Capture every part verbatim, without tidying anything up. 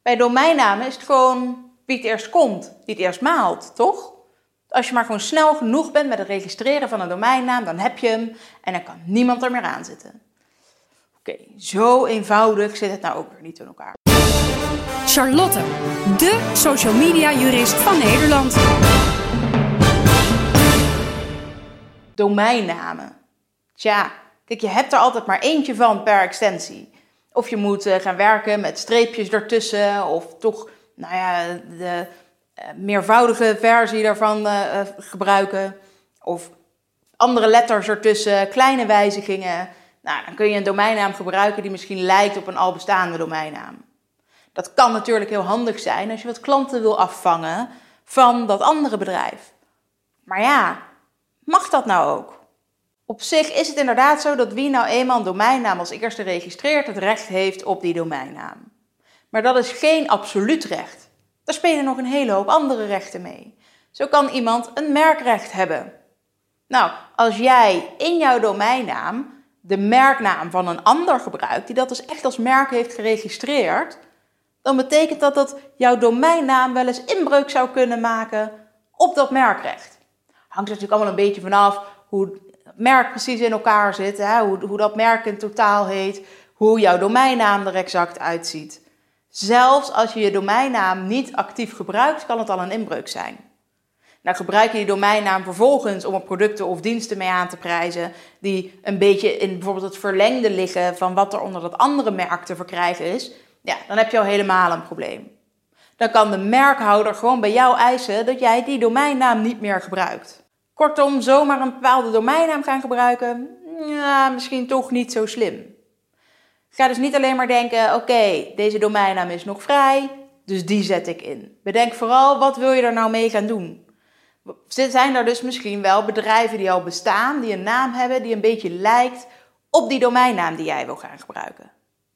Bij domeinnamen is het gewoon wie het eerst komt, wie het eerst maalt, toch? Als je maar gewoon snel genoeg bent met het registreren van een domeinnaam, dan heb je hem en dan kan niemand er meer aan zitten. Oké, okay, zo eenvoudig zit het nou ook weer niet in elkaar. Charlotte, de social media jurist van Nederland. Domeinnamen. Tja, kijk, je hebt er altijd maar eentje van per extensie. Of je moet uh, gaan werken met streepjes ertussen, of toch, nou ja, de uh, meervoudige versie daarvan uh, uh, gebruiken. Of andere letters ertussen, kleine wijzigingen. Nou, dan kun je een domeinnaam gebruiken die misschien lijkt op een al bestaande domeinnaam. Dat kan natuurlijk heel handig zijn als je wat klanten wil afvangen van dat andere bedrijf. Maar ja, mag dat nou ook? Op zich is het inderdaad zo dat wie nou eenmaal een domeinnaam als eerste registreert, het recht heeft op die domeinnaam. Maar dat is geen absoluut recht. Daar spelen nog een hele hoop andere rechten mee. Zo kan iemand een merkrecht hebben. Nou, als jij in jouw domeinnaam de merknaam van een ander gebruikt, die dat dus echt als merk heeft geregistreerd, dan betekent dat dat jouw domeinnaam wel eens inbreuk zou kunnen maken op dat merkrecht. Hangt er natuurlijk allemaal een beetje vanaf hoe het merk precies in elkaar zit, hè? Hoe, hoe dat merk in totaal heet, hoe jouw domeinnaam er exact uitziet. Zelfs als je je domeinnaam niet actief gebruikt, kan het al een inbreuk zijn. Nou, gebruik je die domeinnaam vervolgens om er producten of diensten mee aan te prijzen die een beetje in bijvoorbeeld het verlengde liggen van wat er onder dat andere merk te verkrijgen is, ja, dan heb je al helemaal een probleem. Dan kan de merkhouder gewoon bij jou eisen dat jij die domeinnaam niet meer gebruikt. Kortom, zomaar een bepaalde domeinnaam gaan gebruiken, ja, misschien toch niet zo slim. Ga dus niet alleen maar denken, oké, okay, deze domeinnaam is nog vrij, dus die zet ik in. Bedenk vooral, wat wil je er nou mee gaan doen? Zijn er dus misschien wel bedrijven die al bestaan, die een naam hebben die een beetje lijkt op die domeinnaam die jij wil gaan gebruiken?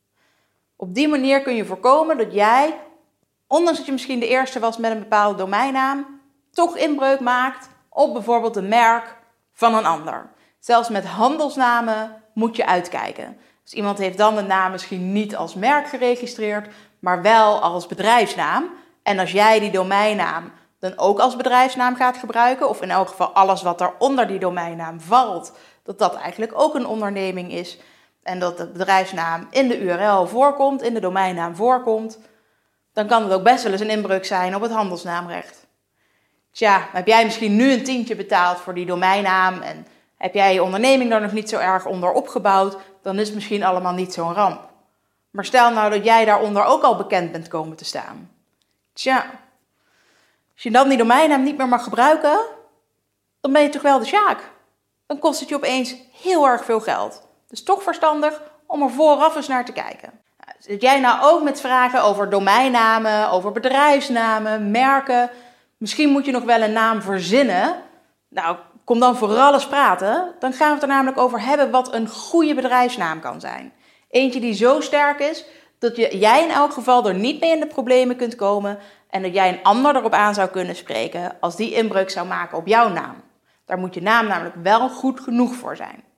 Op die manier kun je voorkomen dat jij, ondanks dat je misschien de eerste was met een bepaalde domeinnaam, toch inbreuk maakt op bijvoorbeeld een merk van een ander. Zelfs met handelsnamen moet je uitkijken. Dus iemand heeft dan de naam misschien niet als merk geregistreerd, maar wel als bedrijfsnaam. En als jij die domeinnaam dan ook als bedrijfsnaam gaat gebruiken, of in elk geval alles wat er onder die domeinnaam valt, dat dat eigenlijk ook een onderneming is en dat de bedrijfsnaam in de U R L voorkomt, in de domeinnaam voorkomt, dan kan het ook best wel eens een inbreuk zijn op het handelsnaamrecht. Tja, heb jij misschien nu een tientje betaald voor die domeinnaam en heb jij je onderneming daar nog niet zo erg onder opgebouwd, dan is het misschien allemaal niet zo'n ramp. Maar stel nou dat jij daaronder ook al bekend bent komen te staan. Tja, als je dan die domeinnaam niet meer mag gebruiken, dan ben je toch wel de sjaak. Dan kost het je opeens heel erg veel geld. Dus toch verstandig om er vooraf eens naar te kijken. Nou, zit jij nou ook met vragen over domeinnamen, over bedrijfsnamen, merken? Misschien moet je nog wel een naam verzinnen. Nou, kom dan vooral eens praten. Dan gaan we het er namelijk over hebben wat een goede bedrijfsnaam kan zijn. Eentje die zo sterk is dat je, jij in elk geval er niet mee in de problemen kunt komen en dat jij een ander erop aan zou kunnen spreken als die inbreuk zou maken op jouw naam. Daar moet je naam namelijk wel goed genoeg voor zijn.